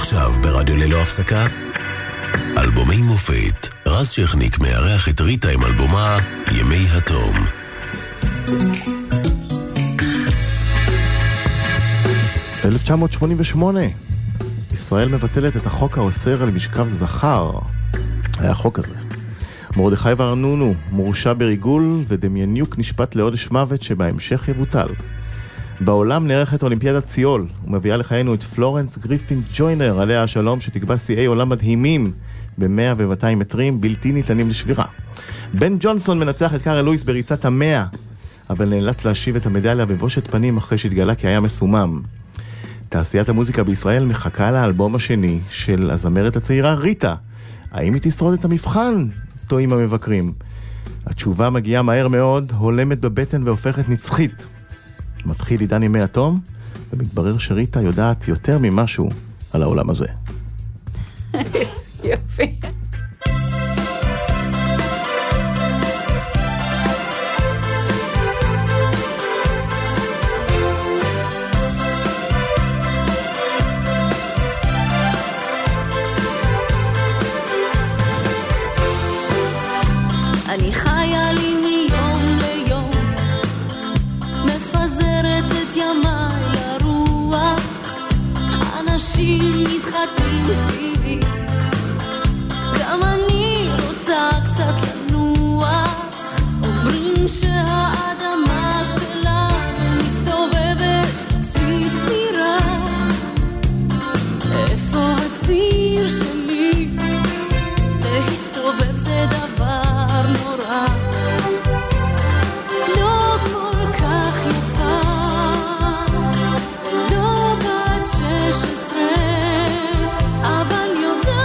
עכשיו ברדיו ללא הפסקה, אלבומי מופת. רז שכניק מארח את ריטה עם אלבומה ימי התום. ב-1988 ישראל מבטלת את החוק האוסר על משכב זכר. היה החוק הזה. מרדכי וארנונו מורשע בריגול, ודמיאניוק נשפט לעונש מוות שבהמשך יבוטל. בעולם נערכת אולימפיאדת ציול, ומביאה לחיינו את פלורנס גריפין ג'וינר, עליה השלום, שתקבע שיאי עולם מדהימים ב-100 ו-200 מטרים בלתי ניתנים לשבירה. בן ג'ונסון מנצח את קארל לואיס בריצת 100, אבל נאלץ להשיב את המדליה בבושת פנים אחרי שהתגלה כי היה מסומם. תעשיית המוזיקה בישראל מחכה לאלבום השני של הזמרת הצעירה ריטה. האם היא תשרוד את המבחן? טועים המבקרים. התשובה מגיעה מהר מאוד, הולמת בבטן והופכת נצחית. מתחיל עידן ימי התום, ומתברר שריטה יודעת יותר ממשהו על העולם הזה. יופי. אני חיה לי מיום ליום, מפזרת את ימיי לרוח, אנשים מתחתנים סביבי, גם אני רוצה קצת לנוח, אומרים שהאדמה שלנו מסתובבת סביב צירה, איפה הציר שלי? להסתובב זה דבר נורא, לא כל כך יפה, לא בת 16, אבל יודעת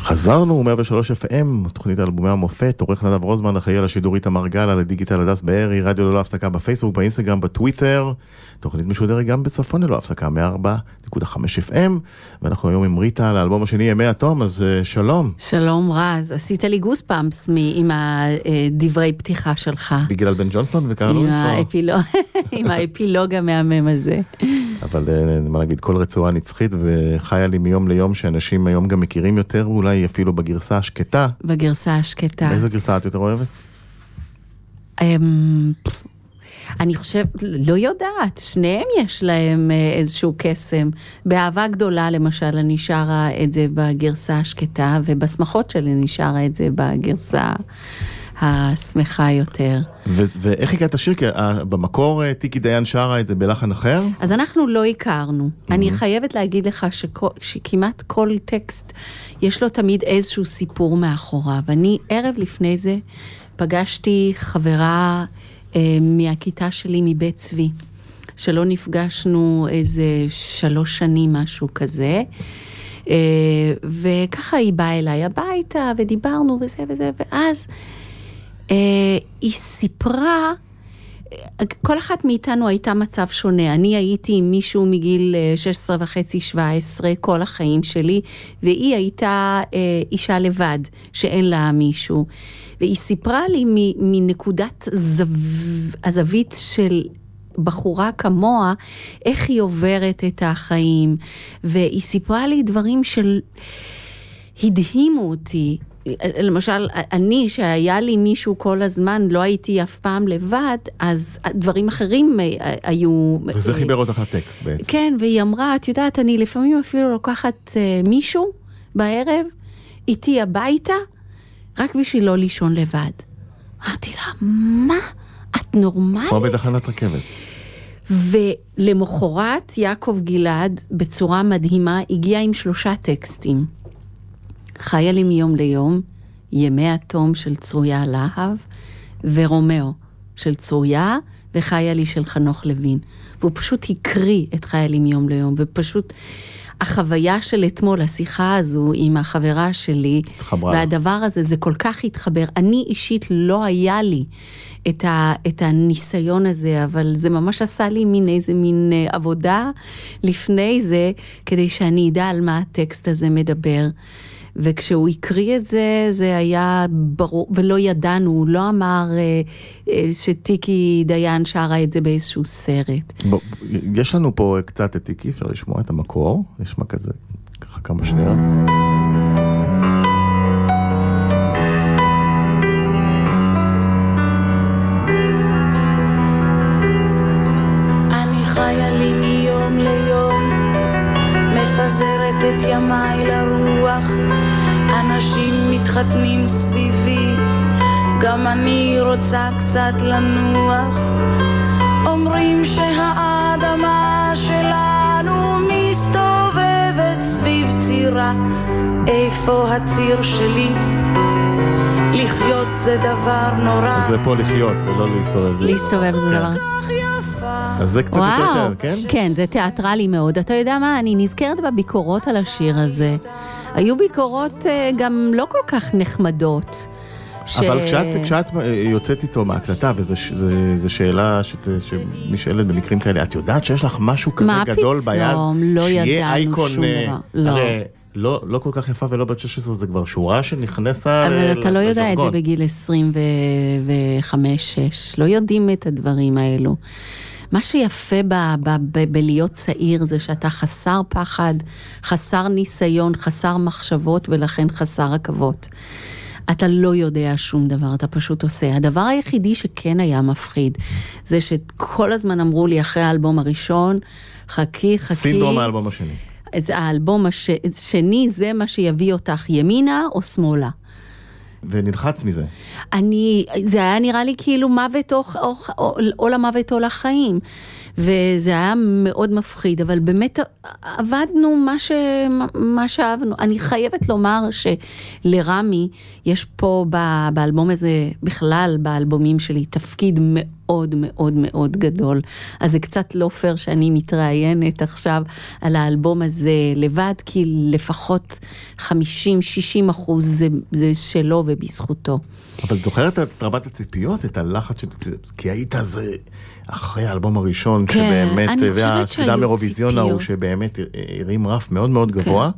חזרנו, 103 FM, תוכנית אלבומי המופת, עורך נדב רוזמן, אחראי על השידור איתמר גל, על הדיגיטל הדס בארי, רדיו ללא הפסקה בפייסבוק, באינסטגרם, בטוויטר, תוכנית משודרת גם בצפון ללא הפסקה, 104.5 FM, ואנחנו היום עם ריטה על האלבום השני, ימי התום, אז שלום. שלום רז, עשית לי גוס פאמפס עם הדברי פתיחה שלך. בגלל בן ג'ונסון וקרלו אינסור. עם האפילוג המהמם הזה. אבל מה להגיד, כל רצועה נצחית וחיה לי מיום ליום שאנשים היום גם מכירים יותר, אולי אפילו בגרסה השקטה. בגרסה השקטה. איזה גרסה את יותר אוהבת? אני חושב, לא יודעת, שניהם יש להם איזשהו קסם. באהבה גדולה, למשל, אני שרה את זה בגרסה השקטה, ובשמחות שלי אני שרה את זה בגרסה השמחה יותר. ואיך הגעת השיר? כי במקור טיקי דיין שרה את זה בלחן אחר? אז אנחנו לא הכרנו. אני חייבת להגיד לך שכמעט כל טקסט יש לו תמיד איזשהו סיפור מאחוריו. אני ערב לפני זה פגשתי חברה מהכיתה שלי מבית צבי, שלא נפגשנו איזה 3 שנים, משהו כזה. וככה היא באה אליי הביתה ודיברנו וזה וזה, ואז היא סיפרה, כל אחת מאיתנו הייתה מצב שונה. אני הייתי עם מישהו מגיל 16.5-17 כל החיים שלי, והיא הייתה אישה לבד שאין לה מישהו. והיא סיפרה לי מנקודת הזווית של בחורה כמוה, איך היא עוברת את החיים. והיא סיפרה לי דברים של הדהימו אותי. למשל, אני שהיה לי מישהו כל הזמן, לא הייתי אף פעם לבד, אז דברים אחרים היו... וזה חיבר אותך לטקסט בעצם. כן, והיא אמרה, את יודעת, אני לפעמים אפילו לוקחת מישהו בערב, איתי הביתה, רק בשביל לא לישון לבד. אמרתי לה, מה? את נורמלית? כמו בתחנת רכבת. ולמחרת, יעקב גלעד, בצורה מדהימה, הגיע עם 3 טקסטים. חיה לי מיום ליום, ימי התום של צרויה להב, ורומאו של צרויה, וחיה לי של חנוך לוין. והוא פשוט הקריא את חיה לי מיום ליום, ופשוט החוויה של אתמול, השיחה הזו עם החברה שלי, והדבר הזה, זה כל כך התחבר. אני אישית לא היה לי את הניסיון הזה, אבל זה ממש עשה לי איזה מין עבודה לפני זה, כדי שאני אדע על מה הטקסט הזה מדבר. וכשהוא הקריא את זה, זה היה ברור, ולא ידענו, הוא לא אמר שטיקי דיין שרה את זה באיזשהו סרט. יש לנו פה קצת את טיקי, אפשר לשמוע את המקור, נשמע כזה, ככה כמה שניות. אני חיה לי מיום ליום, מפזרת את ימיי לרוח, אנשים מתחתנים סביבי, גם אני רוצה קצת לנוח. אומרים שהאדמה שלנו מסתובבת סביב צירה, איפה הציר שלי? לחיות זה דבר נורא. זה פה לחיות ולא להסתובב. להסתובב זה דבר. אז זה קצת יותר, כן? כן, זה תיאטרלי מאוד. אתה יודע מה, אני נזכרת בביקורות על השיר הזה. היו ביקורות גם לא כל כך נחמדות. אבל כשאת יוצאת איתו מהקלטה, וזו שאלה שנשאלת במקרים כאלה, את יודעת שיש לך משהו כזה גדול ביד? מה פתאום? לא ידענו שום דבר. הרי לא כל כך יפה ולא בת 16, זה כבר שורה שנכנסה... אבל אתה לא יודע את זה בגיל 25-6. לא יודעים את הדברים האלו. מה שיפה בלהיות צעיר זה שאתה חסר פחד, חסר ניסיון, חסר מחשבות ולכן חסר עכבות. אתה לא יודע שום דבר, אתה פשוט עושה. הדבר היחידי שכן היה מפחיד, זה שכל הזמן אמרו לי אחרי האלבום הראשון, חכי. סינדרום האלבום השני. האלבום השני זה מה שיביא אותך ימינה או שמאלה. ונלחץ מזה. זה היה נראה לי כאילו מוות או למוות או לחיים. וזה היה מאוד מפחיד, אבל באמת עבדנו מה שאהבנו. אני חייבת לומר שלרמי יש פה באלבום הזה, בכלל באלבומים שלי, תפקיד מאוד מאוד מאוד גדול. אז זה קצת לא פייר שאני מתראיינת עכשיו על האלבום הזה לבד, כי לפחות 50-60% זה שלו ובזכותו. אבל זוכרת את רבת הציפיות, את הלחץ, כי היית זה אחרי האלבום הראשון, שבאמת, והתפילה מאירוויזיון ההוא, שבאמת הרים רף מאוד מאוד גבוה.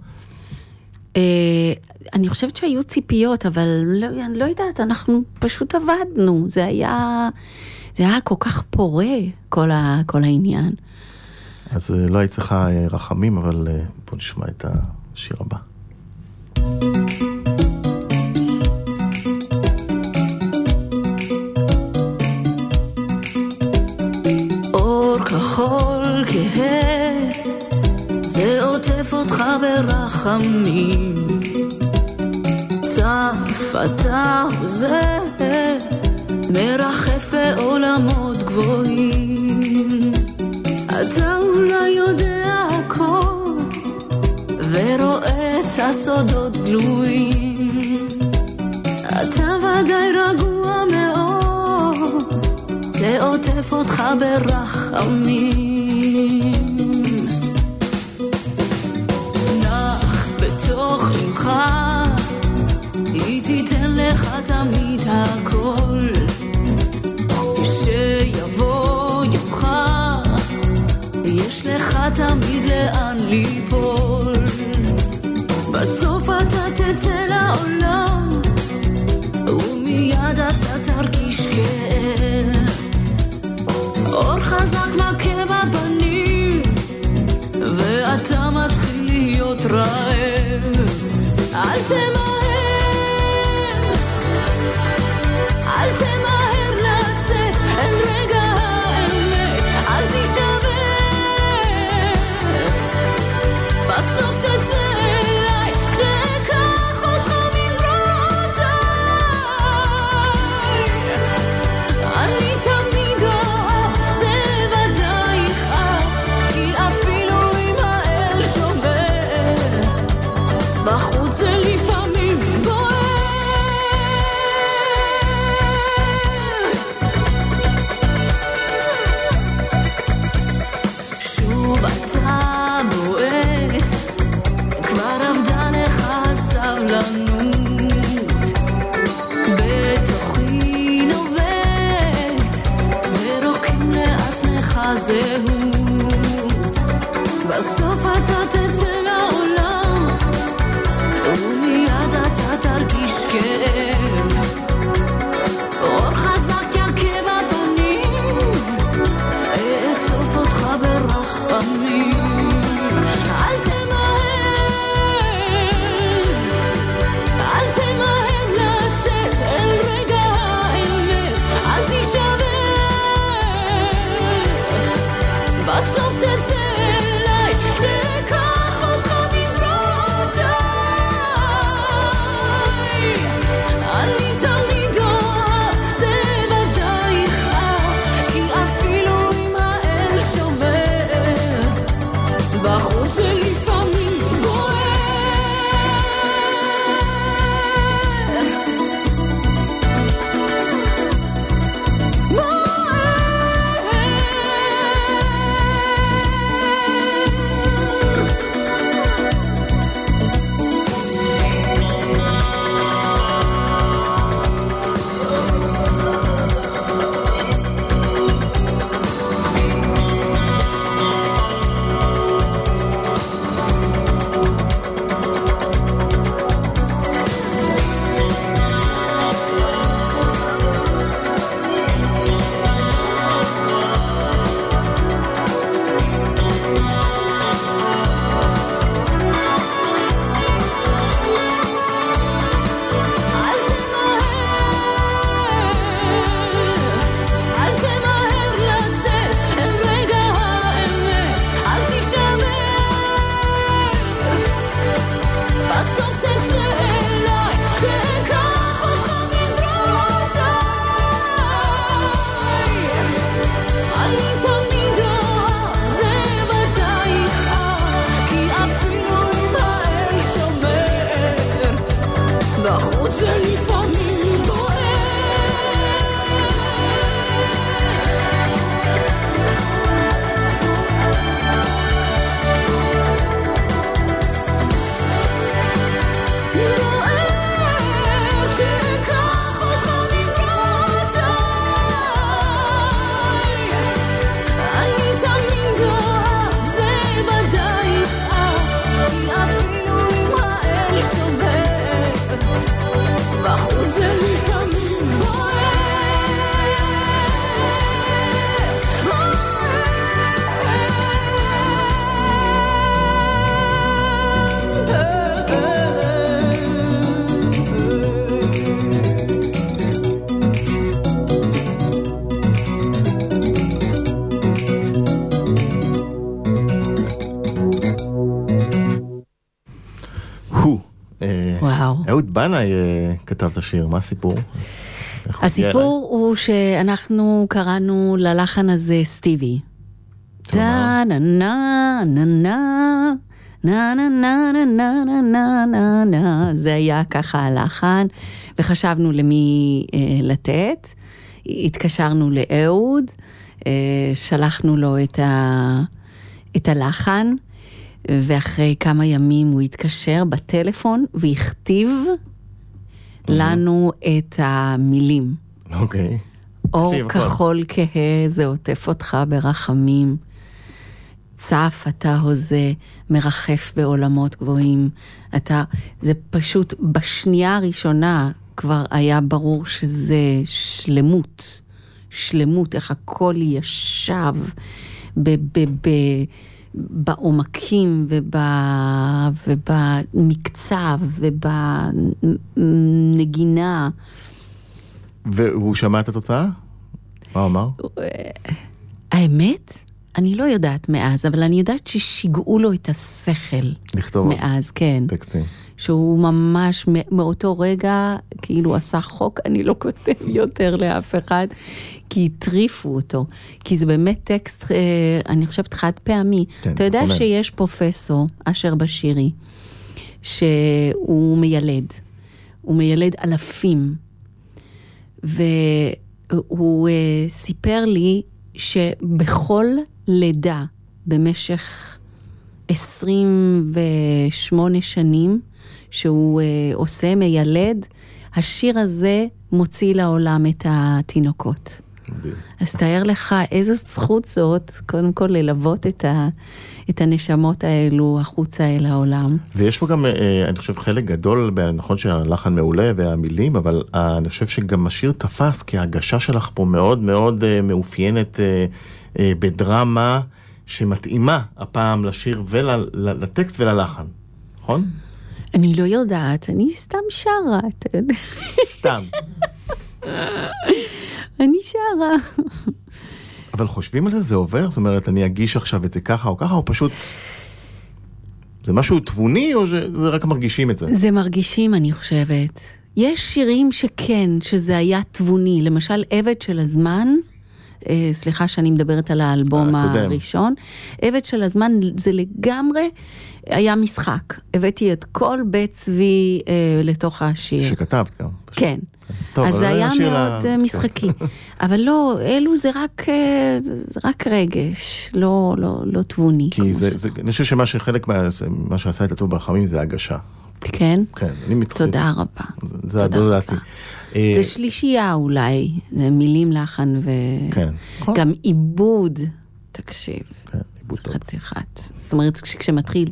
אני חושבת שהיו ציפיות, אבל אני לא יודעת, אנחנו פשוט עבדנו, זה היה כל כך פורה, כל העניין. אז לא היית צריכה רחמים, אבל בוא נשמע את השיר הבא. אור כחול כהה, זה עוטף אותך ברחמים, צף אתה זה מרחף בעולמות גבוהים. אתה אולי יודע הכל ורואה את הסודות גלויים, אתה ודאי רגוע מאוד, זה עוטף אותך ברחמים. נח בתוך עמך, היא תיתן לך תמיד הכל, כשיבוא יומך יש לך תמיד לאן ליפול. בסוף אתה תצא לעולם ומיד אתה תרגיש כאב, אור חזק מכה בפנים ואתה מתחיל להיות רעב. אל תמהר, אל תמהר לצאת אל רגע האמת, אל תישבר, בסוף תצא אליי, תקח אותי וואו. אהוד בנאי כתב את השיר, מה הסיפור? הסיפור הוא שאנחנו קראנו ללחן הזה סטיבי. נה נה נה נה נה נה נה נה נה נה נה נה. זה היה ככה הלחן, וחשבנו למי לתת. התקשרנו לאהוד, שלחנו לו את הלחן, ואחרי כמה ימים הוא התקשר בטלפון והכתיב לנו את המילים. אוקיי. אור כחול כהה, זה עוטף אותך ברחמים. צף אתה הוזה, מרחף בעולמות גבוהים. זה פשוט, בשנייה הראשונה כבר היה ברור שזה שלמות. שלמות, איך הכל ישב בעומקים ובמקצב ובנגינה. והוא שמע את התוצאה? מה אמר? האמת, אני לא יודעת מאז, אבל אני יודעת ששיגעו לו את השכל. לכתוב מאז, כן. טקסטים. שהוא ממש מאותו רגע כאילו עשה חוק, אני לא כותב יותר לאף אחד, כי הטריפו אותו. כי זה באמת טקסט, אני חושבת חד פעמי. כן, אתה יודע נכון. שיש פרופסור, אשר בשירי, שהוא מיילד. הוא מיילד אלפים. והוא סיפר לי שבכל לידה במשך 28 שנים שהוא עושה מיילד, השיר הזה מוציא לעולם את התינוקות. אז תאר לך איזו זכות זאת, קודם כל ללוות את הנשמות האלו החוצה אל העולם. ויש פה גם, אני חושב, חלק גדול, נכון שהלחן מעולה והמילים, אבל אני חושב שגם השיר תפס, כי ההגשה שלך פה מאוד מאוד מאופיינת בדרמה שמתאימה הפעם לשיר ולטקסט וללחן, נכון? אני לא יודעת, אני סתם שרה, אתה יודע. סתם. אני שרה. אבל חושבים על זה, זה עובר? זאת אומרת, אני אגיש עכשיו את זה ככה או ככה, או פשוט... זה משהו תבוני, או שזה רק מרגישים את זה? זה מרגישים, אני חושבת. יש שירים שכן, שזה היה תבוני. למשל, עבד של הזמן, סליחה שאני מדברת על האלבום הראשון, עבד של הזמן זה לגמרי היה משחק. הבאתי את כל בית צבי לתוך השיר. שכתבת גם. כן. טוב, אז זה היה מאוד משחקי. אבל לא, אלו זה רק רגש, לא תבוני. כי אני חושב שמה שחלק מה שעשה את הטוב ברחמים זה הגשה. כן? כן, אני מתחיל. תודה רבה. זה הדודתי. זה שלישייה אולי, מילים לחן וגם עיבוד, תקשיב. כן, עיבוד טוב. חתיכת. זאת אומרת, כשמתחיל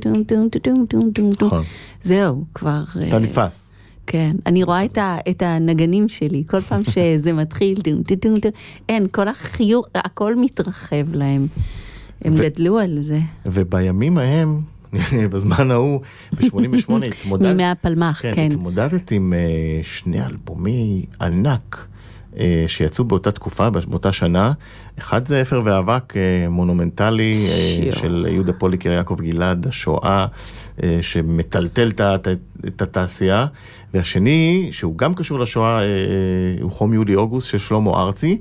זהו, כבר... אתה נתפס. כן, אני רואה את הנגנים שלי, כל פעם שזה מתחיל, אין, כל החיור, הכל מתרחב להם. הם גדלו על זה. ובימים ההם, בזמן ההוא, ב-88, מימי הפלמח, כן. התמודדת עם שני אלבומי ענק שיצאו באותה תקופה, באותה שנה. אחד זה אפר ואבק מונומנטלי של יהודה פוליקר, יעקב גלעד, השואה, שמטלטל את התעשייה. והשני, שהוא גם קשור לשואה, הוא חום יולי-אוגוסט של שלמה ארצי.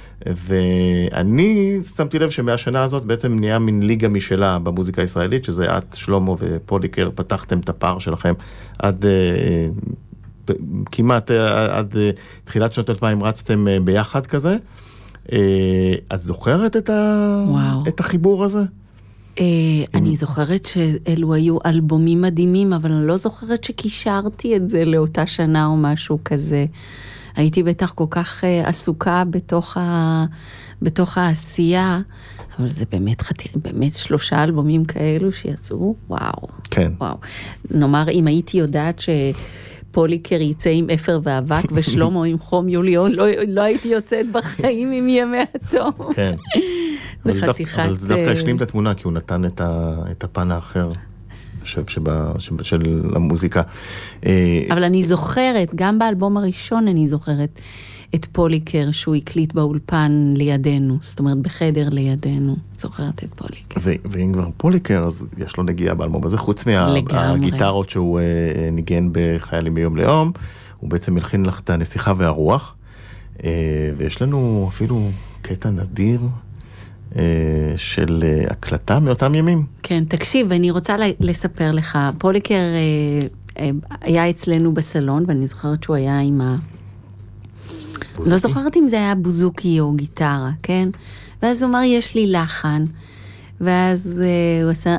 ואני שמתי לב שמהשנה הזאת בעצם נהיה מין ליגה משלה במוזיקה הישראלית, שזה את, שלמה ופוליקר, פתחתם את הפער שלכם עד כמעט עד תחילת שנות 2000 רצתם ביחד כזה. את זוכרת את החיבור הזה? אני זוכרת שאלו היו אלבומים מדהימים, אבל אני לא זוכרת שקישרתי את זה לאותה שנה או משהו כזה. הייתי בטח כל כך עסוקה בתוך העשייה, אבל זה באמת 3 אלבומים כאלו שיצאו, וואו. כן. וואו. נאמר, אם הייתי יודעת פוליקר יצא עם אפר ואבק ושלמה עם חום יוליון, לא הייתי יוצאת בחיים עם ימי התום. כן. זה חתיכת... אבל זה דווקא השלים את התמונה, כי הוא נתן את הפן האחר, אני חושב, של המוזיקה. אבל אני זוכרת, גם באלבום הראשון אני זוכרת, את פוליקר שהוא הקליט באולפן לידינו, זאת אומרת בחדר לידינו, זוכרת את פוליקר. ואם כבר פוליקר, אז יש לו נגיעה באלבום הזה, חוץ מהגיטרות שהוא ניגן בחיילים מיום ליום, הוא בעצם מלחין לך את הנסיכה והרוח, ויש לנו אפילו קטע נדיר של הקלטה מאותם ימים. כן, תקשיב, אני רוצה לספר לך, פוליקר היה אצלנו בסלון, ואני זוכרת שהוא היה עם לא זוכרת אם זה היה בוזוקי או גיטרה, כן? ואז הוא אמר, יש לי לחן, ואז הוא עשה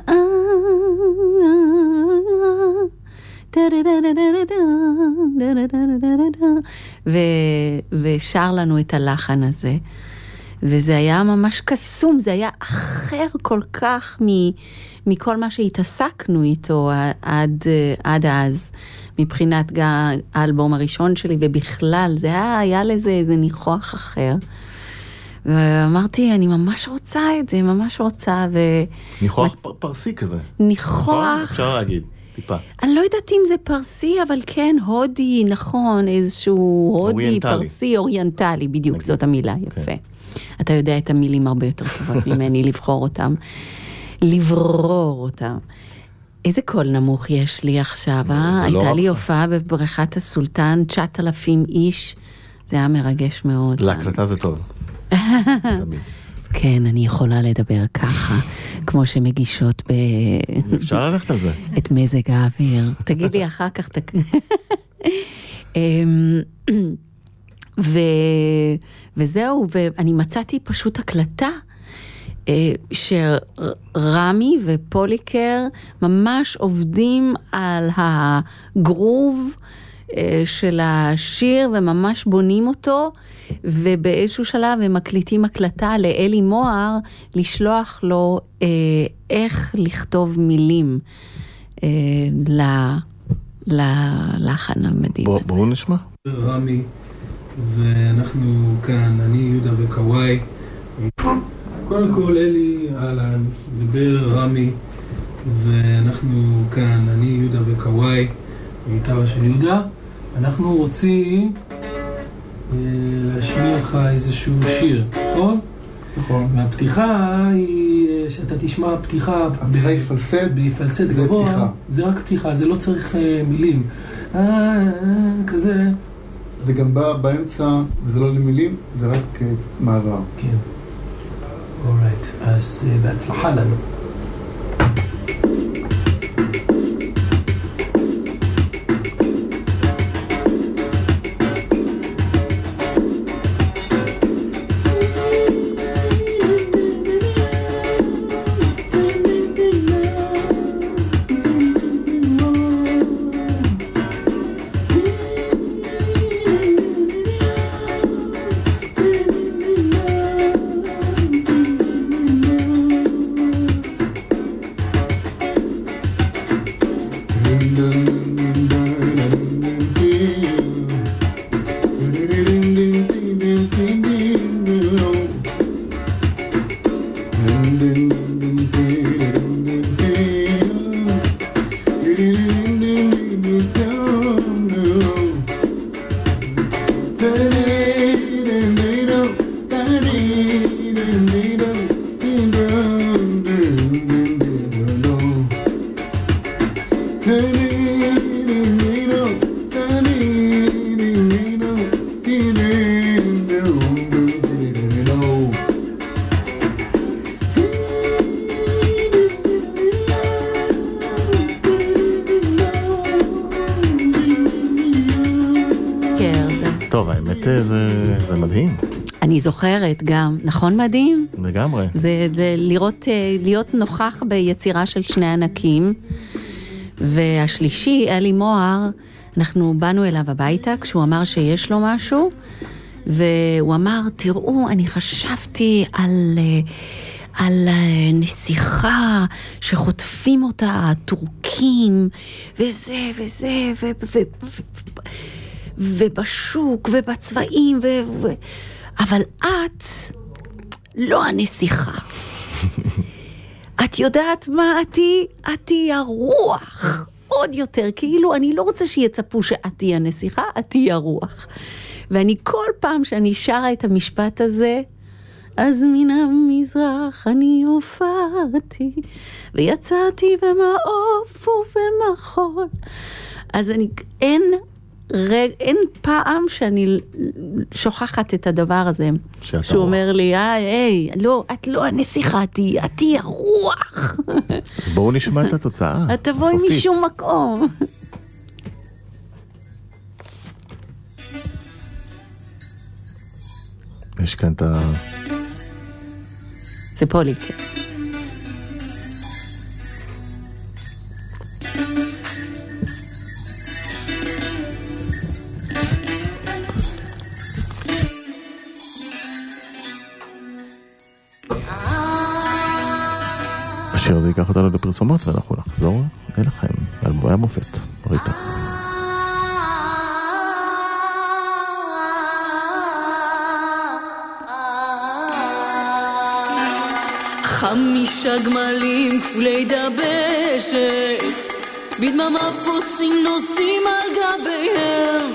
ושר לנו את הלחן הזה. וזה היה ממש קסום, זה היה אחר כל כך מכל מה שהתעסקנו איתו עד אז, מבחינת האלבום הראשון שלי, ובכלל, זה היה לזה איזה ניחוח אחר. ואמרתי, אני ממש רוצה את זה, ממש רוצה. ניחוח פרסי כזה. ניחוח. אפשר להגיד, טיפה. אני לא יודעת אם זה פרסי, אבל כן, הודי, נכון, איזשהו הודי, פרסי, אוריינטלי, בדיוק, זאת המילה, יפה. אתה יודע את המילים הרבה יותר טובות ממני, לבחור אותם, לברור אותם. איזה קול נמוך יש לי עכשיו, הייתה לי הופעה בבריכת הסולטן, 9,000 איש, זה היה מרגש מאוד. להקלטה זה טוב. כן, אני יכולה לדבר ככה, כמו שמגישות אפשר ללכת על זה. את מזג האוויר. תגיד לי אחר כך, וזהו, ואני מצאתי פשוט הקלטה, שרמי ופוליקר ממש עובדים על הגרוב של השיר, וממש בונים אותו, ובאיזשהו שלב הם מקליטים הקלטה לאלי מוהר, לשלוח לו איך לכתוב מילים ללחן המדהים הזה. בואו נשמע. רמי, ואנחנו כאן, אני יהודה וקוואי. קודם כל אלי, אהלן, דבר רמי, ואנחנו כאן, אני יהודה וקוואי, בגיטרה של יהודה. אנחנו רוצים להשמיע לך איזשהו שיר, נכון? נכון. והפתיחה היא, שאתה תשמע פתיחה... הפתיחה היא פלסט. בפלסט גבוה. זה רק פתיחה, זה לא צריך מילים. כזה... זה גם בא באמצע, וזה לא למילים, זה רק מעבר. כן. אורייט, אז בהצלחה לנו. זה מדהים. אני זוכרת גם, נכון מדהים? לגמרי. זה להיות נוכח ביצירה של שני ענקים, והשלישי, אלי מוהר, אנחנו באנו אליו הביתה כשהוא אמר שיש לו משהו, והוא אמר, תראו, אני חשבתי על נסיכה שחוטפים אותה הטורקים, וזה, ובשוק, ובצבעים, אבל את לא הנסיכה. את יודעת מה את היא הרוח. עוד יותר, כאילו אני לא רוצה שיצפו שאת תהיה הנסיכה, את תהיה הרוח. ואני כל פעם שאני שרה את המשפט הזה, אז מן המזרח אני הופעתי, ויצאתי במעוף ובמחול. אז אין פעם שאני שוכחת את הדבר הזה. שהוא אומר לי, היי, לא, את לא הנסיכה, את היא הרוח. אז בואו נשמע את התוצאה. את תבואי משום מקום. יש כאן את ה... זה פוליק. השיר הזה ייקח אותנו לפרסומות ואנחנו נחזור אליכם. אלבומי המופת, ריטה. חמישה גמלים כפולי דבשת, בדממה פוסים נוסעים על גביהם,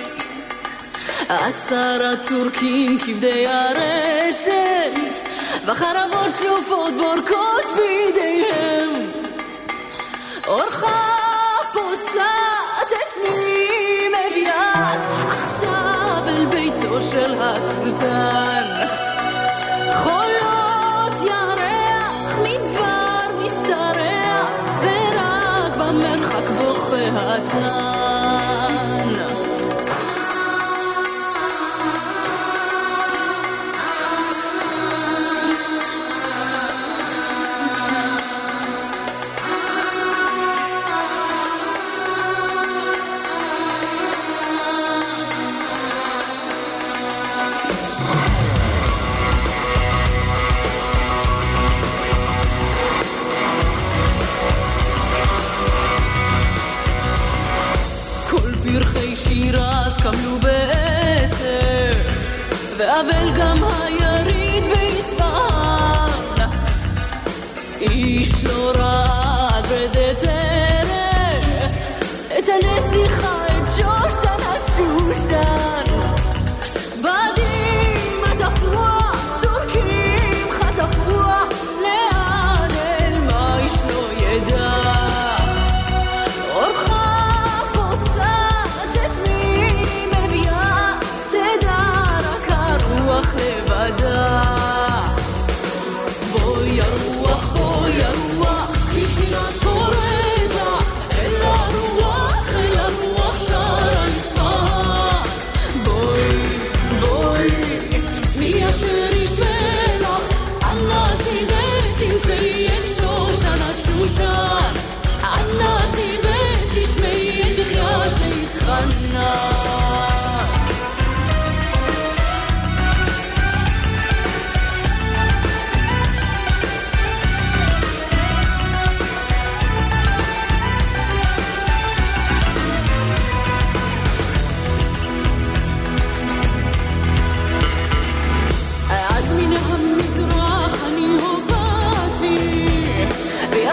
10 טורקים כבדי הרשת, וחרבות שלופות בורקות בידיהם. אורחה פוסעת את מי מביאת עכשיו אל ביתו של הסולטן. חולות ירח מדבר מסתרע, ורק במרחק בוכה התן. קמלו בעצב, ואבל גם היריד באספהאן. איש לא רעד רדת ערב, את הנסיכה, את שושן, את שושן. בדים התפוח, טורקים חטפוח, לאן אל מה איש לא ידע.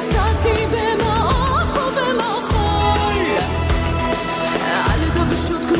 במעוף ובמחול, על דבשות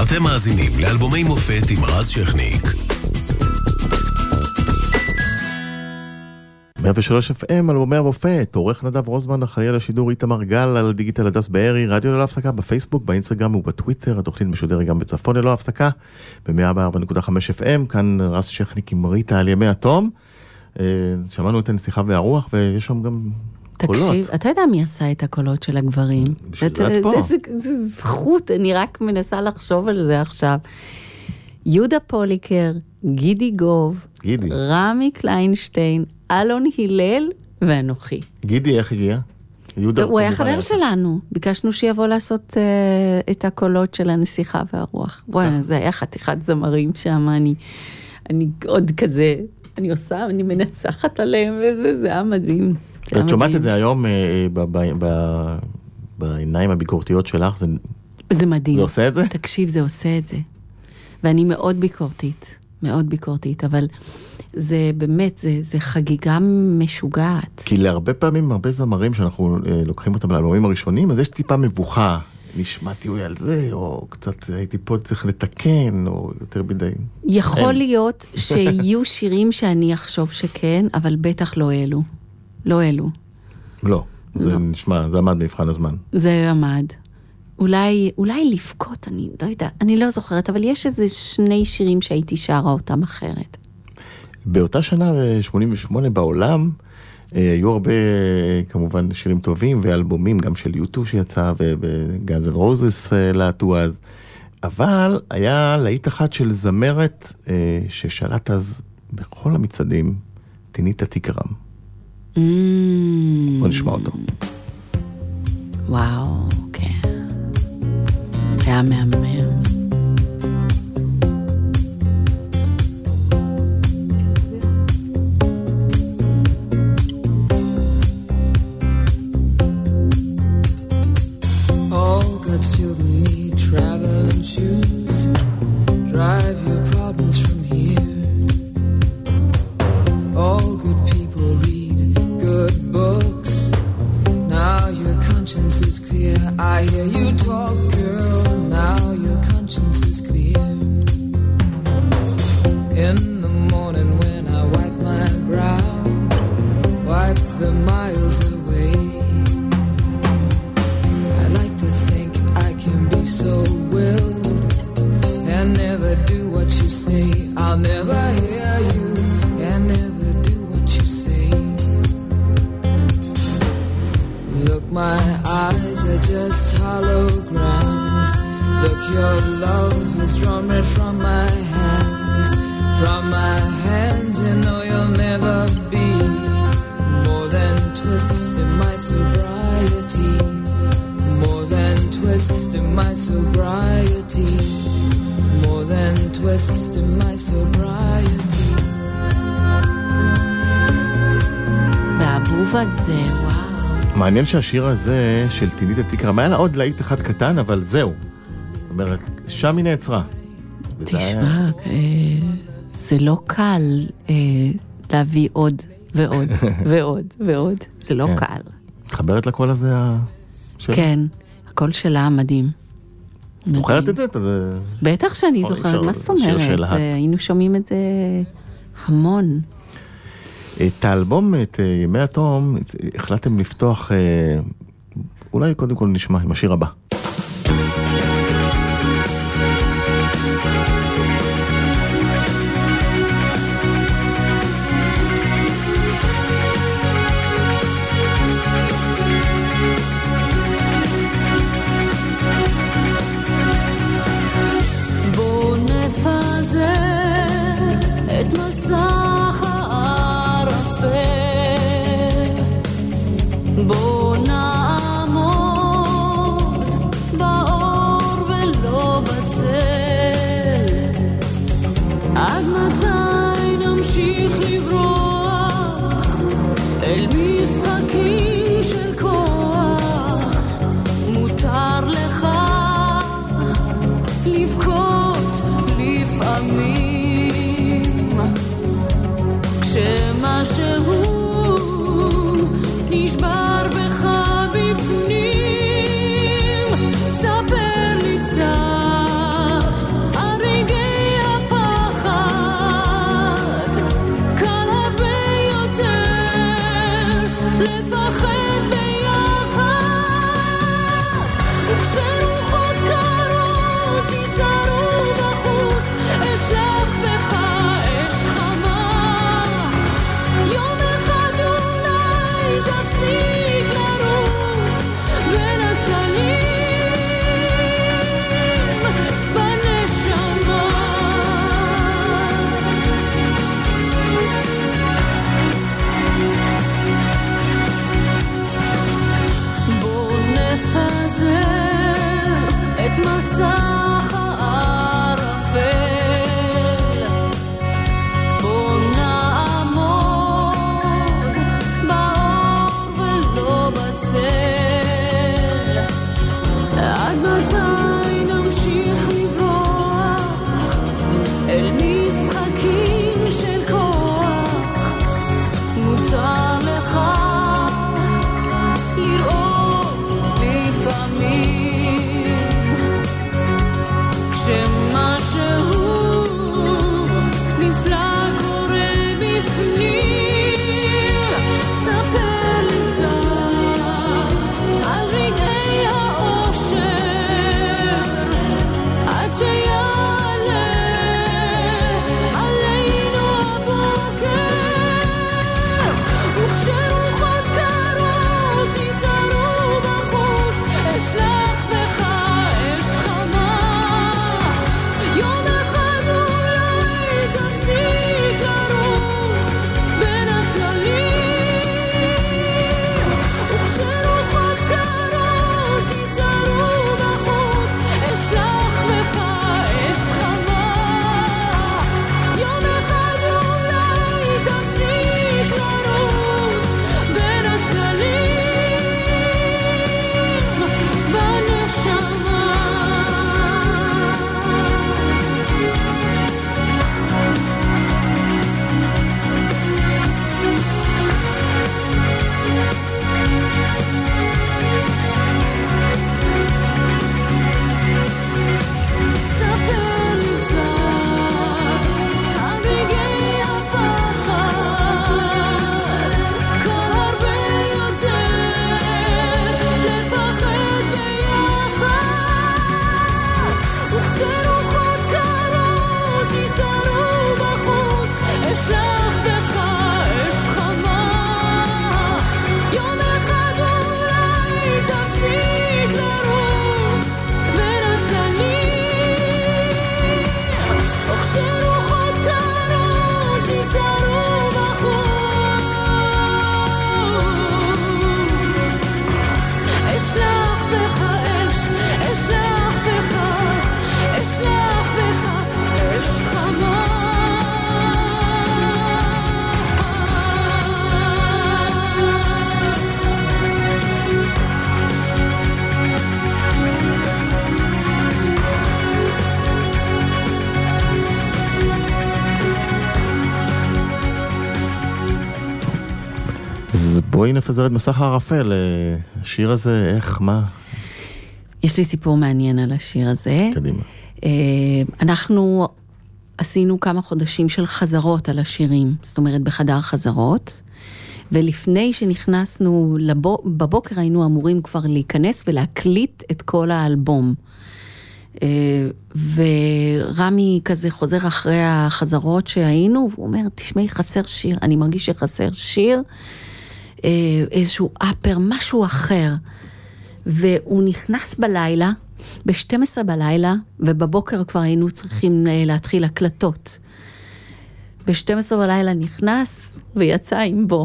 אתם מאזינים לאלבומי מופת עם רז שכניק. 103 FM, אלבומי המופת, עורך נדב רוזמן, אחראי על השידור איתמר גל, על דיגיטל הדס בארי, רדיו ללא הפסקה בפייסבוק, באינסטגרם ובטוויטר, התוכנית משודרת גם בצפון ללא הפסקה, ב-104.5 FM, כאן רז שכניק עם ריטה על ימי התום, שמענו את הנסיכה והרוח, ויש שם גם קולות. תקשיב, אתה יודע מי עשה את הקולות של הגברים? בשביל זה את פה. זה זכות, אני רק מנסה לחשוב על זה עכשיו. יהודה פוליקר, גידי גוב, רמי קליינשטיין, אלון הלל ואנוכי. גידי איך הגיע? הוא היה חבר שלנו, ביקשנו שיבוא לעשות את הקולות של הנסיכה והרוח. בואי, זה היה חתיכת זמרים שם, אני עוד כזה, אני מנצחת עליהם, וזה היה מדהים. את שומעת את זה היום בעיניים הביקורתיות שלך? זה מדהים. זה עושה את זה? תקשיב, זה עושה את זה. ואני מאוד ביקורתית, אבל זה באמת, זה חגיגה משוגעת. כי להרבה פעמים, הרבה זמרים שאנחנו לוקחים אותם לאלבומים הראשונים, אז יש טיפה מבוכה. נשמעתי על זה, או קצת הייתי פה צריך לתקן, או יותר בידי. יכול להיות שיהיו שירים שאני אחשוב שכן, אבל בטח לא אלו. לא אלו. לא, זה נשמע, זה עמד במבחן הזמן. זה עמד. אולי לפקות, אני לא יודעת, אני לא זוכרת, אבל יש איזה 2 שירים שהייתי שרה אותם אחרת. באותה שנה, 88 בעולם, היו הרבה, כמובן, שירים טובים, ואלבומים גם של U2 שיצא, וגאנז אנד רוזס להטו אז, אבל היה להיט אחת של זמרת, ששלט אז בכל המצעדים, טיניטה טיקרם. בוא נשמע אותו. וואו, כן. היה מהמם. All good children need traveling shoes. Drive your problems from here. All good people read good books. Now your conscience is clear. I hear you talk, girl. Now your conscience is clear. In the morning when I wipe my brow, wipe the miles away. I like to think I can be so willed and never do what you say. I'll never hear you and never do what you say. Look, my eyes are just holograms. Look, your love has drawn red from my hands. From my hands, you know you'll never be more than twist in my sobriety. More than twist in my sobriety. More than twist in my sobriety. והבוב הזה, וואו. מעניין שהשיר הזה של טיניטה טיקרם, היה לה עוד להיט אחד קטן, אבל זהו. זאת אומרת, שם היא נעצרה. תשמע, זה לא קל להביא עוד ועוד ועוד ועוד. זה לא קל. מתחברת לקול הזה? כן, הקול שלה מדהים. זוכרת את זה? בטח שאני זוכרת, מה זאת אומרת? היינו שומעים את זה המון. את האלבום, את ימי התום, החלטתם לפתוח, אולי קודם כל נשמע עם השיר הבא. בוא נעמוד בואי נפזר את מסך הערפל, השיר הזה, איך, מה? יש לי סיפור מעניין על השיר הזה. קדימה. אנחנו עשינו כמה חודשים של חזרות על השירים, זאת אומרת בחדר חזרות, ולפני שנכנסנו, בבוקר היינו אמורים כבר להיכנס ולהקליט את כל האלבום. ורמי כזה חוזר אחרי החזרות שהיינו, והוא אומר, תשמעי, חסר שיר, אני מרגיש שחסר שיר, איזשהו אפר, משהו אחר. והוא נכנס בלילה, ב-12 בלילה, ובבוקר כבר היינו צריכים להתחיל הקלטות. ב-12 בלילה נכנס, ויצא עם בו.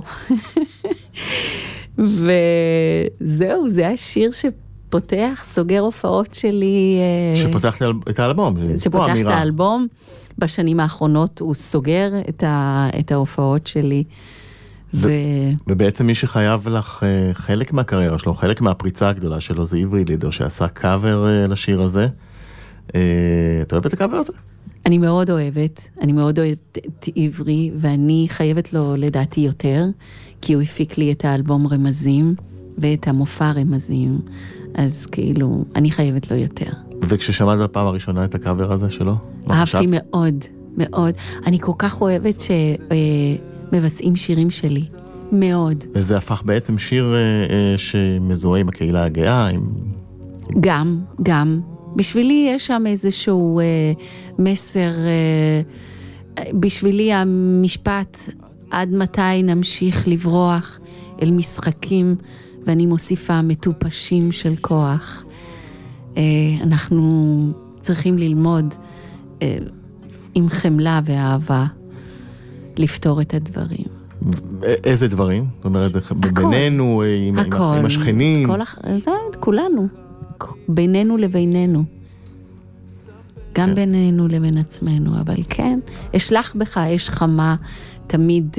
וזהו, זה השיר שפותח, סוגר הופעות שלי. שפותח את האלבום. שפותח את האלבום. בשנים האחרונות הוא סוגר את ההופעות שלי. ובעצם מי שחייב לך חלק מהקריירה שלו, חלק מהפריצה הגדולה שלו, זה עברי לידר, שעשה קאבר לשיר הזה. את אוהבת את הקאבר הזה? אני מאוד אוהבת את עברי, ואני חייבת לו לדעתי יותר, כי הוא הפיק לי את האלבום רמזים, ואת המופע רמזים, אז כאילו, אני חייבת לו יותר. וכששמעת בפעם הראשונה את הקאבר הזה שלו? אהבתי מאוד, מאוד. אני כל כך אוהבת מבצעים שירים שלי, מאוד. וזה הפך בעצם שיר שמזוהה עם הקהילה הגאה, עם... גם. בשבילי יש שם איזשהו מסר, בשבילי המשפט, עד מתי נמשיך לברוח אל משחקים, ואני מוסיפה מטופשים של כוח. אנחנו צריכים ללמוד עם חמלה ואהבה, לפתור את הדברים. איזה דברים? זאת אומרת, בינינו, עם השכנים? כולנו. בינינו לבינינו. גם בינינו לבין עצמנו. אבל כן, אשלח בך אש חמה, תמיד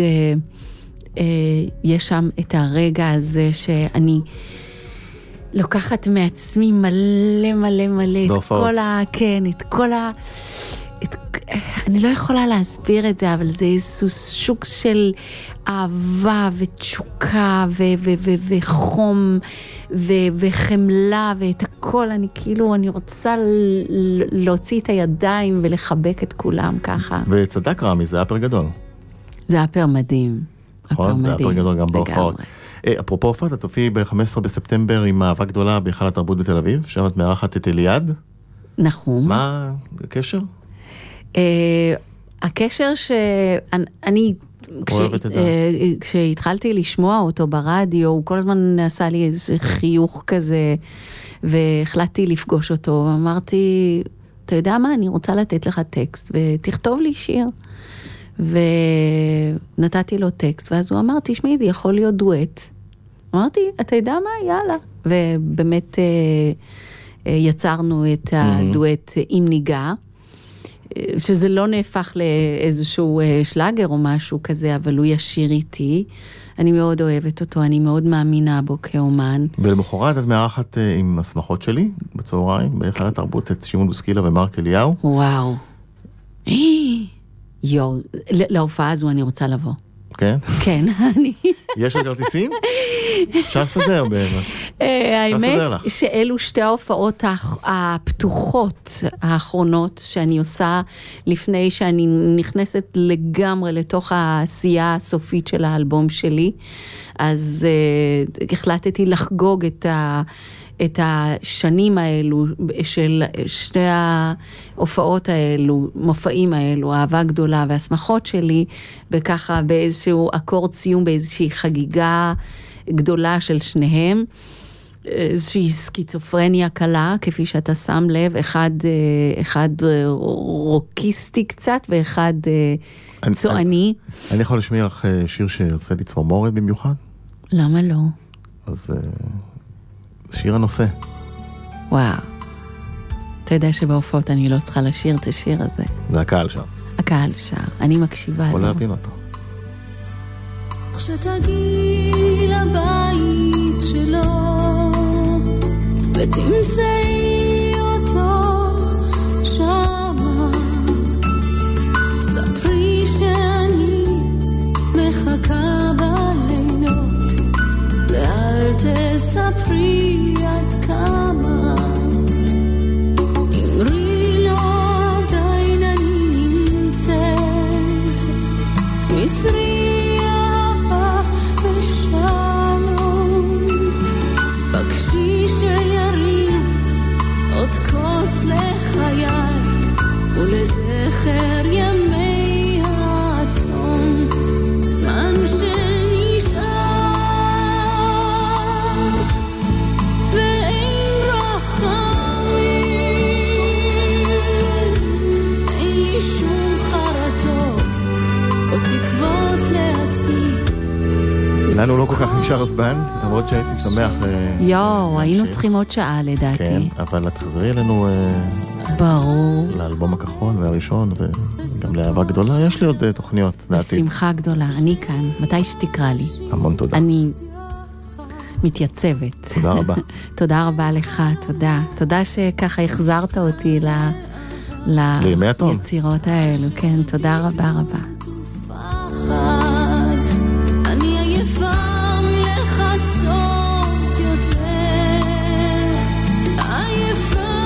יש שם את הרגע הזה שאני לוקחת מעצמי מלא, את כל אני לא יכולה להסביר את זה, אבל זה איזשהו שוק של אהבה ותשוקה וחום וחמלה ואת הכל. אני רוצה להוציא את הידיים ולחבק את כולם ככה. וצדק רמי, זה אפר גדול. זה אפר מדהים. נכון, זה אפר גדול גם בהופעות. אפרופו הופעות, את תופיעי ב-15 בספטמבר עם אהבה גדולה בהיכל התרבות בתל אביב, שם את מארחת את אליעד. נכון. מה הקשר? הקשר שאני, כשהתחלתי לשמוע אותו ברדיו, הוא כל הזמן עשה לי איזה חיוך כזה, והחלטתי לפגוש אותו, ואמרתי, אתה יודע מה, אני רוצה לתת לך טקסט, ותכתוב לי שיר. ונתתי לו טקסט, ואז הוא אמר, תשמעי, זה יכול להיות דואט. אמרתי, אתה יודע מה, יאללה. ובאמת יצרנו את הדואט עם ניגה, שזה לא נהפך לאיזשהו שלאגר או משהו כזה, אבל הוא ישיר איתי. אני מאוד אוהבת אותו, אני מאוד מאמינה בו כאומן. ולמחרת את מארחת עם הסמכות שלי, בצהריים, בהיכל התרבות, את שמעון בוסקילה ומרק אליהו. וואו. יו, להופעה הזו אני רוצה לבוא. כן? כן, אני... יש לך כרטיסים? אפשר לסדר באמת. האמת שאלו שתי ההופעות הפתוחות האחרונות שאני עושה לפני שאני נכנסת לגמרי לתוך העשייה הסופית של האלבום שלי. אז החלטתי לחגוג את השנים האלו של שתי ההופעות האלו, מופעים האלו, האהבה גדולה והשמחות שלי, וככה באיזשהו אקורד סיום, באיזושהי חגיגה גדולה של שניהם, איזושהי סקיצופרניה קלה, כפי שאתה שם לב, אחד רוקיסטי קצת, ואחד צועני. אני יכול לשמיע לך שיר שעושה לי צמרמורת במיוחד? למה לא? אז... שיר הנושא. וואו. אתה יודע שבהופעות אני לא צריכה לשיר את השיר הזה. זה הקהל שם. הקהל שם. אני מקשיבה לו. יכול להבין אותו. כשתגיעי לבית שלו ותמצאי אותו שמה, ספרי שאני מחכה בלילות לנו לא כל כך נשאר זמן, למרות שהייתי שמח. יואו, היינו צריכים עוד שעה לדעתי. כן, אבל את תחזרי אלינו ברור. לאלבום הכחול והראשון, וגם לאהבה גדולה. יש לי עוד תוכניות לעתיד. בשמחה גדולה, אני כאן, מתי שתקרא לי. המון תודה. אני מתייצבת. תודה רבה. תודה רבה לך, תודה. תודה שככה החזרת אותי לימי התום. ליצירות האלו, כן, תודה רבה רבה. אני עייפה מלחסות יותר, עייפה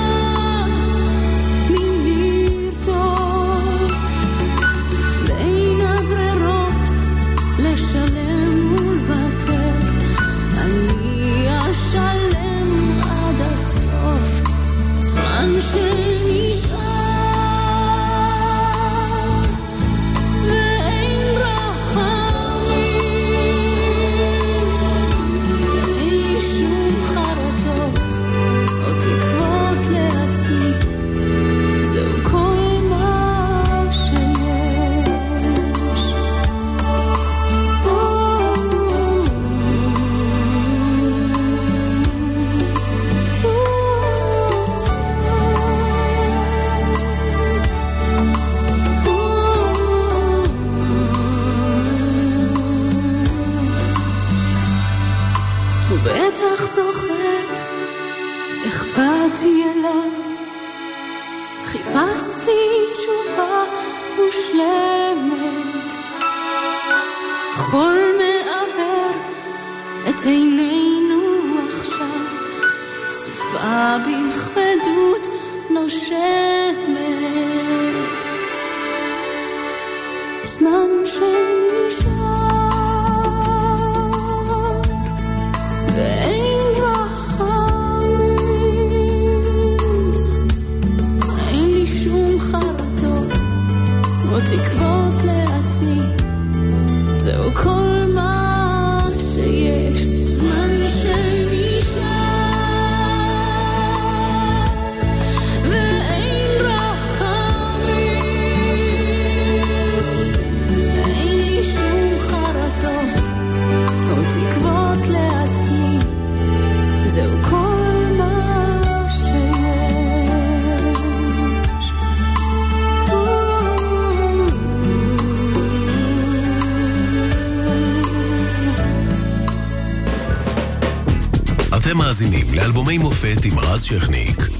מלרטוט בין הברירות לשלם ולוותר. אני אשלם עד הסוף זמן שנשאר, ואין בטח זוכר איך באתי אליו, חיפשתי תשובה מושלמת, חול מעבר את עינינו עכשיו, סופה בכבדות נושמת, זמן שנשאר ואין רחמים, אין לי שום חרטות או תקוות לעצמי, זהו כל מה שיש, זמן שנשאר ואין רחמים, אין לי שום חרטות או תקוות לעצמי, זהו כל מה שיש. אתם מאזינים לאלבומי מופת עם רז שכניק.